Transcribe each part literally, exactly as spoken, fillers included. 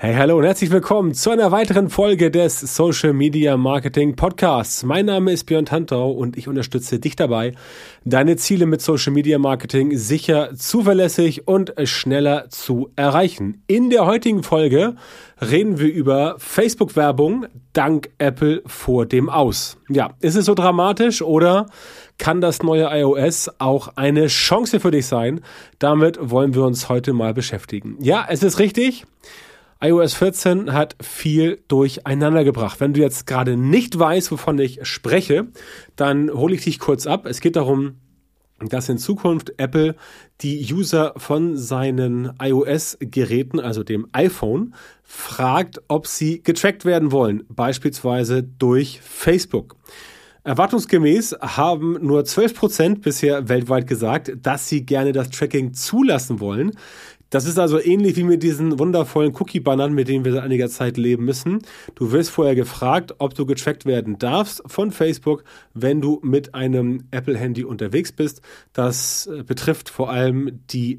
Hey, hallo und herzlich willkommen zu einer weiteren Folge des Social Media Marketing Podcasts. Mein Name ist Björn Tantau und ich unterstütze dich dabei, deine Ziele mit Social Media Marketing sicher, zuverlässig und schneller zu erreichen. In der heutigen Folge reden wir über Facebook-Werbung dank Apple vor dem Aus. Ja, ist es so dramatisch oder kann das neue iOS auch eine Chance für dich sein? Damit wollen wir uns heute mal beschäftigen. Ja, es ist richtig. iOS vierzehn hat viel durcheinander gebracht. Wenn du jetzt gerade nicht weißt, wovon ich spreche, dann hole ich dich kurz ab. Es geht darum, dass in Zukunft Apple die User von seinen iOS-Geräten, also dem iPhone, fragt, ob sie getrackt werden wollen, beispielsweise durch Facebook. Erwartungsgemäß haben nur zwölf Prozent bisher weltweit gesagt, dass sie gerne das Tracking zulassen wollen. Das ist also ähnlich wie mit diesen wundervollen Cookie-Bannern, mit denen wir seit einiger Zeit leben müssen. Du wirst vorher gefragt, ob du getrackt werden darfst von Facebook, wenn du mit einem Apple-Handy unterwegs bist. Das betrifft vor allem die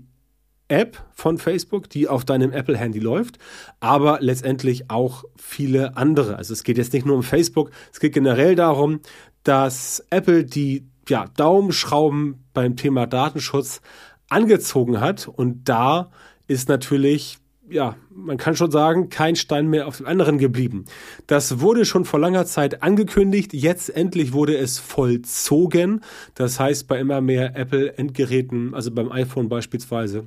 App von Facebook, die auf deinem Apple-Handy läuft, aber letztendlich auch viele andere. Also es geht jetzt nicht nur um Facebook, es geht generell darum, dass Apple die ja, Daumenschrauben beim Thema Datenschutz angezogen hat und da ist natürlich, ja, man kann schon sagen, kein Stein mehr auf dem anderen geblieben. Das wurde schon vor langer Zeit angekündigt, jetzt endlich wurde es vollzogen. Das heißt, bei immer mehr Apple-Endgeräten, also beim iPhone beispielsweise,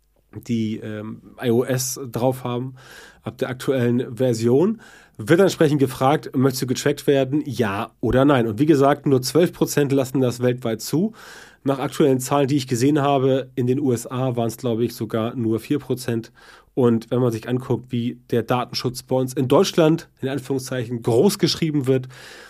die ähm, iOS drauf haben, ab der aktuellen Version, wird entsprechend gefragt, möchtest du getrackt werden, ja oder nein? Und wie gesagt, nur zwölf Prozent lassen das weltweit zu. Nach aktuellen Zahlen, die ich gesehen habe, in den U S A waren es, glaube ich, sogar nur vier Prozent. Und wenn man sich anguckt, wie der Datenschutz bei uns in Deutschland, in Anführungszeichen, groß geschrieben wird,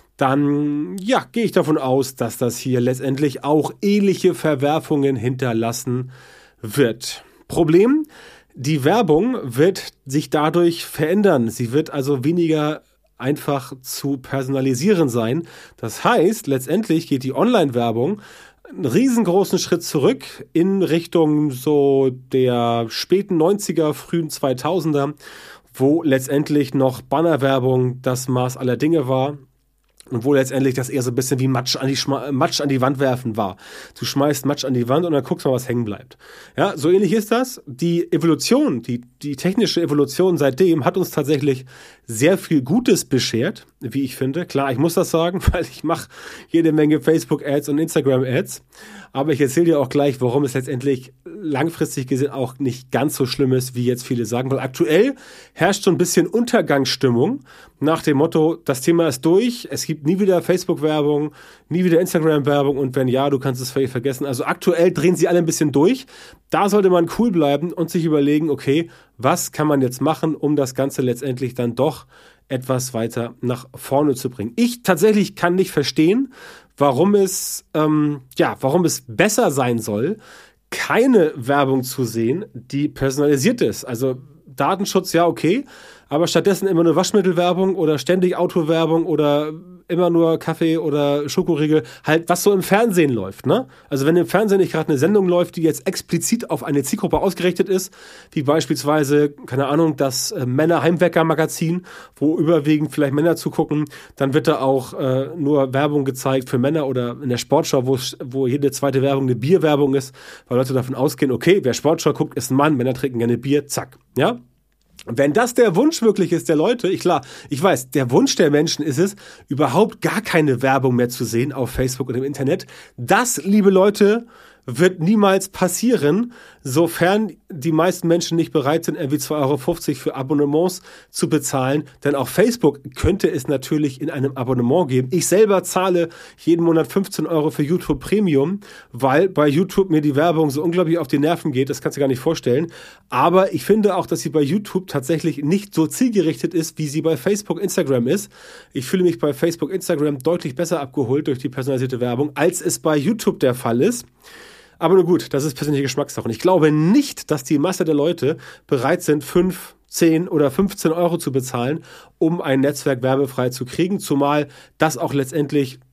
dann ja, gehe ich davon aus, dass das hier letztendlich auch ähnliche Verwerfungen hinterlassen wird. Problem: Die Werbung wird sich dadurch verändern. Sie wird also weniger einfach zu personalisieren sein. Das heißt, letztendlich geht die Online-Werbung einen riesengroßen Schritt zurück in Richtung so der späten neunziger, frühen zweitausender, wo letztendlich noch Bannerwerbung das Maß aller Dinge war. Und wo letztendlich das eher so ein bisschen wie Matsch an die, Schma- Matsch an die Wand werfen war. Du schmeißt Matsch an die Wand und dann guckst du mal, was hängen bleibt. Ja, so ähnlich ist das. Die Evolution, die, die technische Evolution seitdem hat uns tatsächlich sehr viel Gutes beschert, wie ich finde. Klar, ich muss das sagen, weil ich mache jede Menge Facebook-Ads und Instagram-Ads. Aber ich erzähle dir auch gleich, warum es letztendlich langfristig gesehen auch nicht ganz so schlimm ist, wie jetzt viele sagen. Weil aktuell herrscht so ein bisschen Untergangsstimmung nach dem Motto, das Thema ist durch, es gibt nie wieder Facebook-Werbung, nie wieder Instagram-Werbung und wenn ja, du kannst es völlig vergessen. Also aktuell drehen sie alle ein bisschen durch. Da sollte man cool bleiben und sich überlegen, okay, was kann man jetzt machen, um das Ganze letztendlich dann doch etwas weiter nach vorne zu bringen. Ich tatsächlich kann nicht verstehen, warum es, ähm, ja, warum es besser sein soll, keine Werbung zu sehen, die personalisiert ist. Also Datenschutz, ja, okay, aber stattdessen immer nur Waschmittelwerbung oder ständig Autowerbung oder immer nur Kaffee oder Schokoriegel, halt was so im Fernsehen läuft, ne? Also wenn im Fernsehen nicht gerade eine Sendung läuft, die jetzt explizit auf eine Zielgruppe ausgerichtet ist, wie beispielsweise, keine Ahnung, das äh, Männer-Heimwecker-Magazin, wo überwiegend vielleicht Männer zugucken, dann wird da auch äh, nur Werbung gezeigt für Männer oder in der Sportschau, wo, wo jede zweite Werbung eine Bierwerbung ist, weil Leute davon ausgehen, okay, wer Sportschau guckt, ist ein Mann, Männer trinken gerne Bier, zack, ja? Wenn das der Wunsch wirklich ist der Leute, ich klar, ich weiß, der Wunsch der Menschen ist es, überhaupt gar keine Werbung mehr zu sehen auf Facebook und im Internet. Das, liebe Leute, wird niemals passieren, sofern die meisten Menschen nicht bereit sind, irgendwie zwei Euro fünfzig für Abonnements zu bezahlen. Denn auch Facebook könnte es natürlich in einem Abonnement geben. Ich selber zahle jeden Monat fünfzehn Euro für YouTube Premium, weil bei YouTube mir die Werbung so unglaublich auf die Nerven geht. Das kannst du gar nicht vorstellen. Aber ich finde auch, dass sie bei YouTube tatsächlich nicht so zielgerichtet ist, wie sie bei Facebook, Instagram ist. Ich fühle mich bei Facebook, Instagram deutlich besser abgeholt durch die personalisierte Werbung, als es bei YouTube der Fall ist. Aber nur gut, das ist persönliche Geschmackssache. Und ich glaube nicht, dass die Masse der Leute bereit sind, fünf, zehn oder fünfzehn Euro zu bezahlen, um ein Netzwerk werbefrei zu kriegen. Zumal das auch letztendlich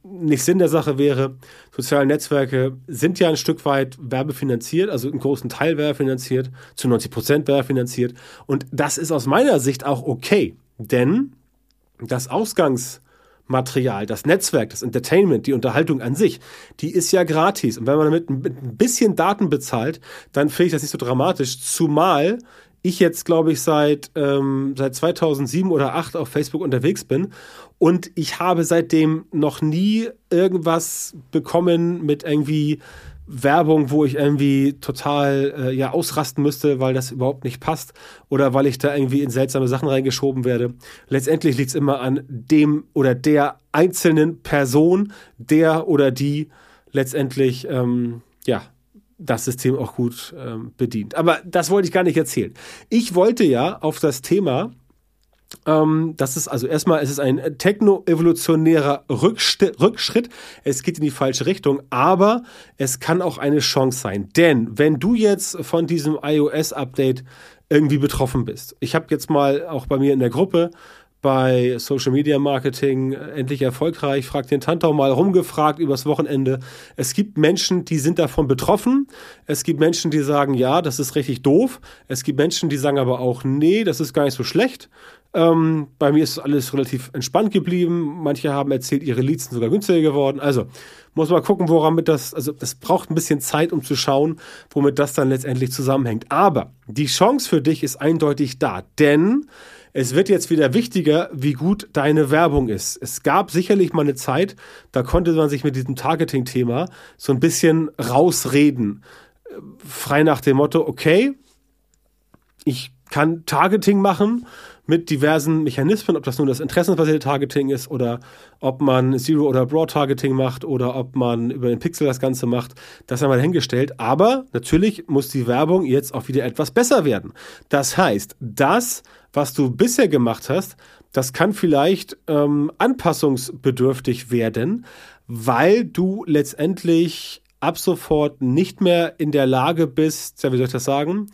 nicht Sinn der Sache wäre. Soziale Netzwerke sind ja ein Stück weit werbefinanziert, also einen großen Teil werbefinanziert, zu neunzig Prozent werbefinanziert. Und das ist aus meiner Sicht auch okay, denn das Ausgangsmaterial, das Netzwerk, das Entertainment, die Unterhaltung an sich, die ist ja gratis. Und wenn man damit ein bisschen Daten bezahlt, dann finde ich das nicht so dramatisch, zumal ich jetzt, glaube ich, seit, ähm, seit zweitausendsieben oder zweitausendacht auf Facebook unterwegs bin und ich habe seitdem noch nie irgendwas bekommen mit irgendwie Werbung, wo ich irgendwie total äh, ja ausrasten müsste, weil das überhaupt nicht passt oder weil ich da irgendwie in seltsame Sachen reingeschoben werde. Letztendlich liegt es immer an dem oder der einzelnen Person, der oder die letztendlich ähm, ja das System auch gut ähm, bedient. Aber das wollte ich gar nicht erzählen. Ich wollte ja auf das Thema, ähm, das ist also erstmal, es ist ein techno-evolutionärer Rückschritt, Rückschritt. Es geht in die falsche Richtung, aber es kann auch eine Chance sein. Denn wenn du jetzt von diesem iOS-Update irgendwie betroffen bist, ich habe jetzt mal auch bei mir in der Gruppe bei Social Media Marketing endlich erfolgreich, frag den Tantau mal rumgefragt übers Wochenende. Es gibt Menschen, die sind davon betroffen. Es gibt Menschen, die sagen, ja, das ist richtig doof. Es gibt Menschen, die sagen aber auch, nee, das ist gar nicht so schlecht. Ähm, bei mir ist alles relativ entspannt geblieben. Manche haben erzählt, ihre Leads sind sogar günstiger geworden. Also muss man gucken, woran mit das, also das braucht ein bisschen Zeit, um zu schauen, womit das dann letztendlich zusammenhängt. Aber die Chance für dich ist eindeutig da, denn es wird jetzt wieder wichtiger, wie gut deine Werbung ist. Es gab sicherlich mal eine Zeit, da konnte man sich mit diesem Targeting-Thema so ein bisschen rausreden. Frei nach dem Motto, okay, ich kann Targeting machen mit diversen Mechanismen, ob das nun das interessenbasierte Targeting ist oder ob man Zero- oder Broad-Targeting macht oder ob man über den Pixel das Ganze macht, das haben wir hingestellt. Aber natürlich muss die Werbung jetzt auch wieder etwas besser werden. Das heißt, das, was du bisher gemacht hast, das kann vielleicht ähm, anpassungsbedürftig werden, weil du letztendlich ab sofort nicht mehr in der Lage bist, ja, wie soll ich das sagen,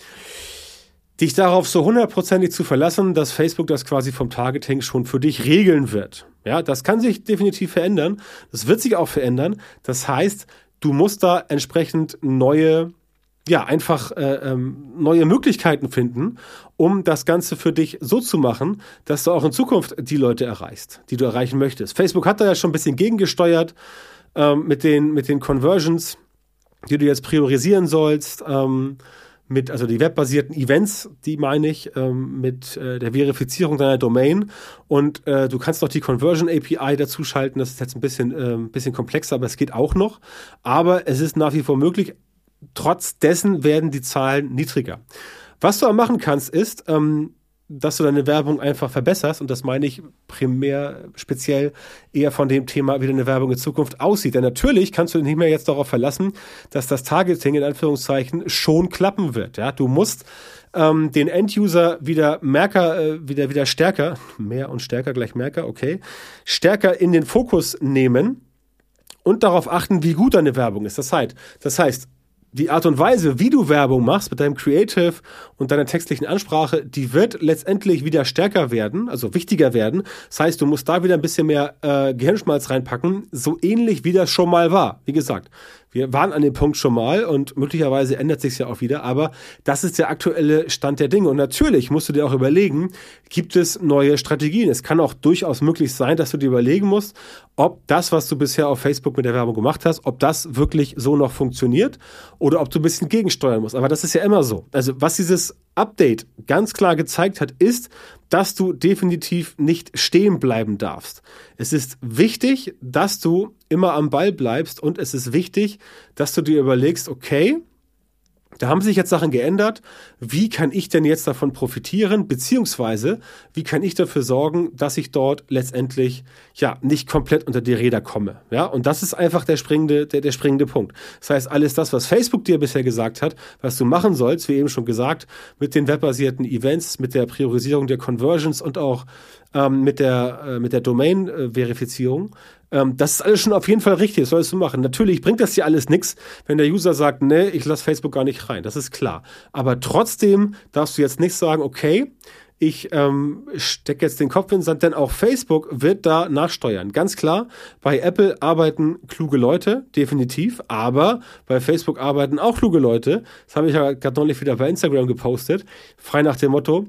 dich darauf so hundertprozentig zu verlassen, dass Facebook das quasi vom Targeting schon für dich regeln wird. Ja, das kann sich definitiv verändern. Das wird sich auch verändern. Das heißt, du musst da entsprechend neue, ja, einfach äh, ähm, neue Möglichkeiten finden, um das Ganze für dich so zu machen, dass du auch in Zukunft die Leute erreichst, die du erreichen möchtest. Facebook hat da ja schon ein bisschen gegengesteuert ähm, mit den, mit den Conversions, die du jetzt priorisieren sollst, ähm, mit, also die webbasierten Events, die meine ich, ähm, mit äh, der Verifizierung deiner Domain und äh, du kannst noch die Conversion A P I dazu schalten, das ist jetzt ein bisschen, äh, ein bisschen komplexer, aber es geht auch noch, aber es ist nach wie vor möglich, trotz dessen werden die Zahlen niedriger. Was du auch machen kannst, ist, ähm, dass du deine Werbung einfach verbesserst und das meine ich primär speziell eher von dem Thema, wie deine Werbung in Zukunft aussieht. Denn natürlich kannst du dich nicht mehr jetzt darauf verlassen, dass das Targeting in Anführungszeichen schon klappen wird. Ja, du musst ähm, den End-User wieder Merker, äh, wieder, wieder stärker, mehr und stärker gleich Merker, okay, stärker in den Fokus nehmen und darauf achten, wie gut deine Werbung ist. Das heißt, das heißt, die Art und Weise, wie du Werbung machst mit deinem Creative und deiner textlichen Ansprache, die wird letztendlich wieder stärker werden, also wichtiger werden. Das heißt, du musst da wieder ein bisschen mehr äh, Gehirnschmalz reinpacken, so ähnlich wie das schon mal war. Wie gesagt, wir waren an dem Punkt schon mal und möglicherweise ändert sich ja auch wieder, aber das ist der aktuelle Stand der Dinge. Und natürlich musst du dir auch überlegen, gibt es neue Strategien? Es kann auch durchaus möglich sein, dass du dir überlegen musst, ob das, was du bisher auf Facebook mit der Werbung gemacht hast, ob das wirklich so noch funktioniert oder ob du ein bisschen gegensteuern musst. Aber das ist ja immer so. Also was dieses Update ganz klar gezeigt hat, ist, dass du definitiv nicht stehen bleiben darfst. Es ist wichtig, dass du immer am Ball bleibst und es ist wichtig, dass du dir überlegst, okay, da haben sich jetzt Sachen geändert. Wie kann ich denn jetzt davon profitieren? Beziehungsweise, wie kann ich dafür sorgen, dass ich dort letztendlich ja nicht komplett unter die Räder komme? Ja, und das ist einfach der springende, der, der springende Punkt. Das heißt, alles das, was Facebook dir bisher gesagt hat, was du machen sollst, wie eben schon gesagt, mit den webbasierten Events, mit der Priorisierung der Conversions und auch ähm, mit der, äh, mit der Domain-Verifizierung, ähm, das ist alles schon auf jeden Fall richtig, das solltest du machen. Natürlich bringt das dir alles nichts, wenn der User sagt, nee, ich lasse Facebook gar nicht rein, das ist klar. Aber trotzdem darfst du jetzt nicht sagen, okay, ich ähm, stecke jetzt den Kopf in den Sand, denn auch Facebook wird da nachsteuern. Ganz klar, bei Apple arbeiten kluge Leute, definitiv, aber bei Facebook arbeiten auch kluge Leute. Das habe ich ja gerade neulich wieder bei Instagram gepostet, frei nach dem Motto: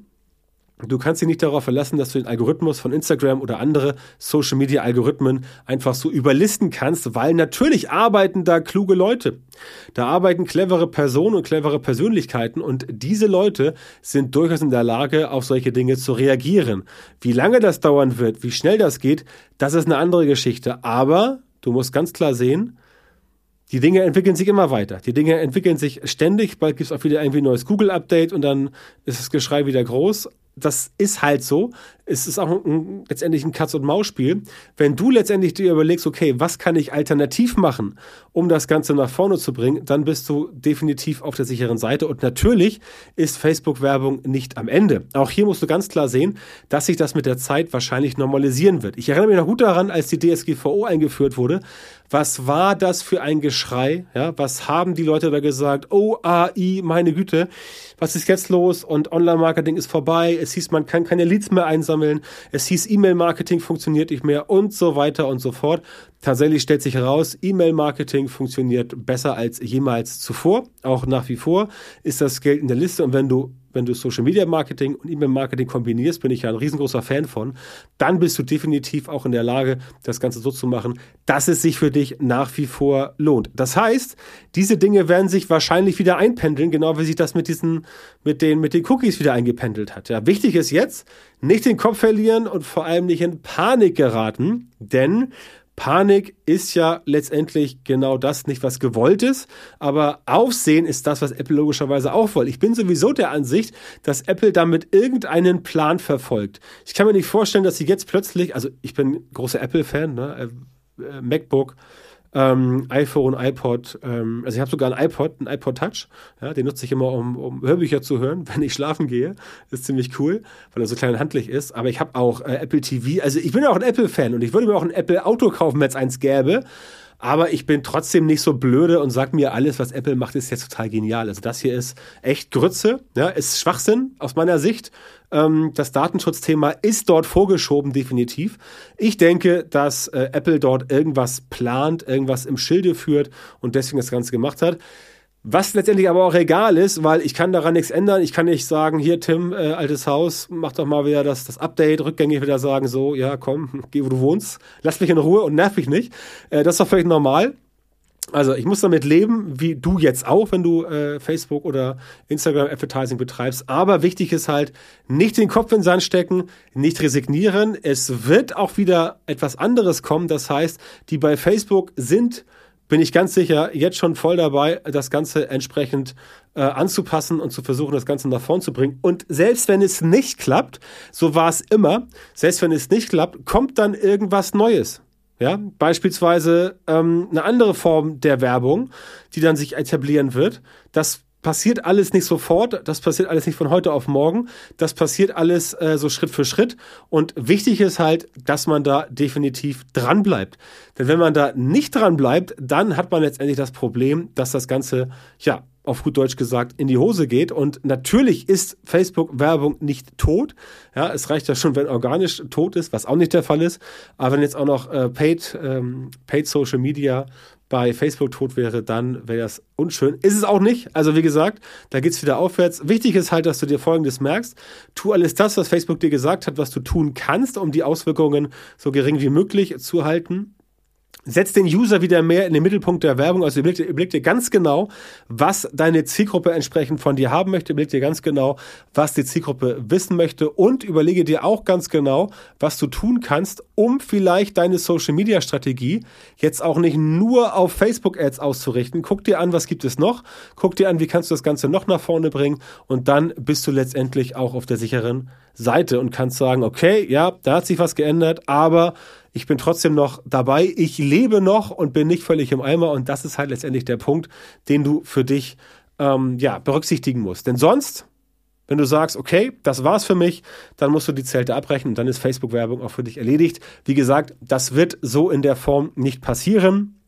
Du kannst dich nicht darauf verlassen, dass du den Algorithmus von Instagram oder andere Social-Media-Algorithmen einfach so überlisten kannst, weil natürlich arbeiten da kluge Leute. Da arbeiten clevere Personen und clevere Persönlichkeiten und diese Leute sind durchaus in der Lage, auf solche Dinge zu reagieren. Wie lange das dauern wird, wie schnell das geht, das ist eine andere Geschichte. Aber du musst ganz klar sehen, die Dinge entwickeln sich immer weiter. Die Dinge entwickeln sich ständig. Bald gibt es auch wieder irgendwie ein neues Google-Update und dann ist das Geschrei wieder groß. Das ist halt so. Es ist auch ein, letztendlich ein Katz-und-Maus-Spiel. Wenn du letztendlich dir überlegst, okay, was kann ich alternativ machen, um das Ganze nach vorne zu bringen, dann bist du definitiv auf der sicheren Seite. Und natürlich ist Facebook-Werbung nicht am Ende. Auch hier musst du ganz klar sehen, dass sich das mit der Zeit wahrscheinlich normalisieren wird. Ich erinnere mich noch gut daran, als die D S G V O eingeführt wurde. Was war das für ein Geschrei? Ja, was haben die Leute da gesagt? Oh, A I, meine Güte, was ist jetzt los? Und Online-Marketing ist vorbei. Es hieß, man kann keine Leads mehr einsammeln. Es hieß, E-Mail-Marketing funktioniert nicht mehr und so weiter und so fort. Tatsächlich stellt sich heraus, E-Mail-Marketing funktioniert besser als jemals zuvor. Auch nach wie vor ist das Geld in der Liste. Und wenn du wenn du Social-Media-Marketing und E-Mail-Marketing kombinierst, bin ich ja ein riesengroßer Fan von, dann bist du definitiv auch in der Lage, das Ganze so zu machen, dass es sich für dich nach wie vor lohnt. Das heißt, diese Dinge werden sich wahrscheinlich wieder einpendeln, genau wie sich das mit diesen, mit den, mit den Cookies wieder eingependelt hat. Ja, wichtig ist jetzt, nicht den Kopf verlieren und vor allem nicht in Panik geraten, denn Panik ist ja letztendlich genau das, nicht was gewollt ist, aber Aufsehen ist das, was Apple logischerweise auch wollte. Ich bin sowieso der Ansicht, dass Apple damit irgendeinen Plan verfolgt. Ich kann mir nicht vorstellen, dass sie jetzt plötzlich, also ich bin großer Apple-Fan, ne, äh, MacBook, ähm, iPhone, iPod, ähm, also ich habe sogar ein iPod, ein iPod Touch, ja, den nutze ich immer, um, um Hörbücher zu hören, wenn ich schlafen gehe. Das ist ziemlich cool, weil er so klein und handlich ist. Aber ich habe auch äh, Apple T V, also ich bin ja auch ein Apple-Fan und ich würde mir auch ein Apple-Auto kaufen, wenn es eins gäbe. Aber ich bin trotzdem nicht so blöde und sag mir, alles, was Apple macht, ist jetzt total genial. Also das hier ist echt Grütze, ja, ist Schwachsinn aus meiner Sicht. Ähm, das Datenschutzthema ist dort vorgeschoben, definitiv. Ich denke, dass äh, Apple dort irgendwas plant, irgendwas im Schilde führt und deswegen das Ganze gemacht hat. Was letztendlich aber auch egal ist, weil ich kann daran nichts ändern. Ich kann nicht sagen, hier Tim, äh, altes Haus, mach doch mal wieder das, das Update, rückgängig wieder sagen, so, ja komm, geh wo du wohnst, lass mich in Ruhe und nerv mich nicht. Äh, das ist doch völlig normal. Also ich muss damit leben, wie du jetzt auch, wenn du äh, Facebook oder Instagram Advertising betreibst. Aber wichtig ist halt, nicht den Kopf in den Sand stecken, nicht resignieren. Es wird auch wieder etwas anderes kommen. Das heißt, die bei Facebook sind, bin ich ganz sicher, jetzt schon voll dabei, das Ganze entsprechend äh, anzupassen und zu versuchen, das Ganze nach vorn zu bringen. Und selbst wenn es nicht klappt, so war es immer, selbst wenn es nicht klappt, kommt dann irgendwas Neues. Ja, beispielsweise ähm, eine andere Form der Werbung, die dann sich etablieren wird. Das passiert alles nicht sofort, das passiert alles nicht von heute auf morgen, das passiert alles äh, so Schritt für Schritt und wichtig ist halt, dass man da definitiv dran bleibt. Denn wenn man da nicht dran bleibt, dann hat man letztendlich das Problem, dass das Ganze, ja, auf gut Deutsch gesagt, in die Hose geht und natürlich ist Facebook-Werbung nicht tot. Ja, es reicht ja schon, wenn organisch tot ist, was auch nicht der Fall ist, aber wenn jetzt auch noch äh, Paid, ähm, Paid Social Media bei Facebook tot wäre, dann wäre das unschön. Ist es auch nicht. Also wie gesagt, da geht's wieder aufwärts. Wichtig ist halt, dass du dir Folgendes merkst. Tu alles das, was Facebook dir gesagt hat, was du tun kannst, um die Auswirkungen so gering wie möglich zu halten. Setz den User wieder mehr in den Mittelpunkt der Werbung. Also überleg dir, überleg dir ganz genau, was deine Zielgruppe entsprechend von dir haben möchte. Überleg dir ganz genau, was die Zielgruppe wissen möchte. Und überlege dir auch ganz genau, was du tun kannst, um vielleicht deine Social-Media-Strategie jetzt auch nicht nur auf Facebook-Ads auszurichten. Guck dir an, was gibt es noch. Guck dir an, wie kannst du das Ganze noch nach vorne bringen. Und dann bist du letztendlich auch auf der sicheren Seite und kannst sagen, okay, ja, da hat sich was geändert, aber ich bin trotzdem noch dabei, ich lebe noch und bin nicht völlig im Eimer und das ist halt letztendlich der Punkt, den du für dich ähm, ja, berücksichtigen musst. Denn sonst, wenn du sagst, okay, das war's für mich, dann musst du die Zelte abbrechen und dann ist Facebook-Werbung auch für dich erledigt. Wie gesagt, das wird so in der Form nicht passieren.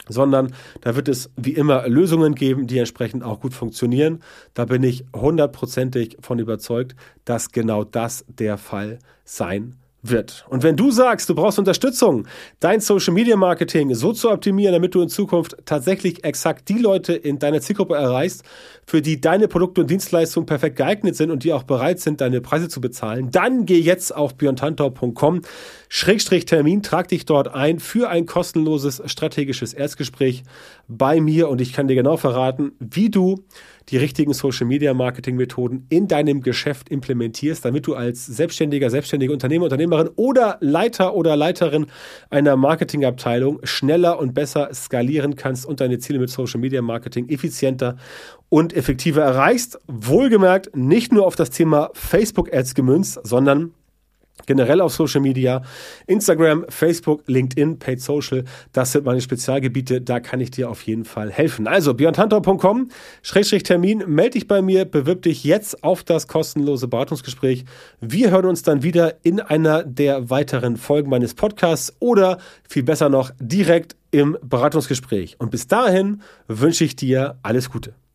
sondern da wird es wie immer Lösungen geben, die entsprechend auch gut funktionieren. Da bin ich hundertprozentig von überzeugt, dass genau das der Fall sein wird. Und wenn du sagst, du brauchst Unterstützung, dein Social Media Marketing so zu optimieren, damit du in Zukunft tatsächlich exakt die Leute in deiner Zielgruppe erreichst, für die deine Produkte und Dienstleistungen perfekt geeignet sind und die auch bereit sind, deine Preise zu bezahlen, dann geh jetzt auf björn tantau punkt com Schrägstrich Termin, trag dich dort ein für ein kostenloses strategisches Erstgespräch bei mir und ich kann dir genau verraten, wie du die richtigen Social-Media-Marketing-Methoden in deinem Geschäft implementierst, damit du als Selbstständiger, selbstständige Unternehmer, Unternehmerin oder Leiter oder Leiterin einer Marketingabteilung schneller und besser skalieren kannst und deine Ziele mit Social-Media-Marketing effizienter und effektiver erreichst. Wohlgemerkt nicht nur auf das Thema Facebook-Ads gemünzt, sondern generell auf Social Media, Instagram, Facebook, LinkedIn, Paid Social, das sind meine Spezialgebiete, da kann ich dir auf jeden Fall helfen. Also björn tantau punkt com Schrägstrich Termin, melde dich bei mir, bewirb dich jetzt auf das kostenlose Beratungsgespräch. Wir hören uns dann wieder in einer der weiteren Folgen meines Podcasts oder viel besser noch direkt im Beratungsgespräch. Und bis dahin wünsche ich dir alles Gute.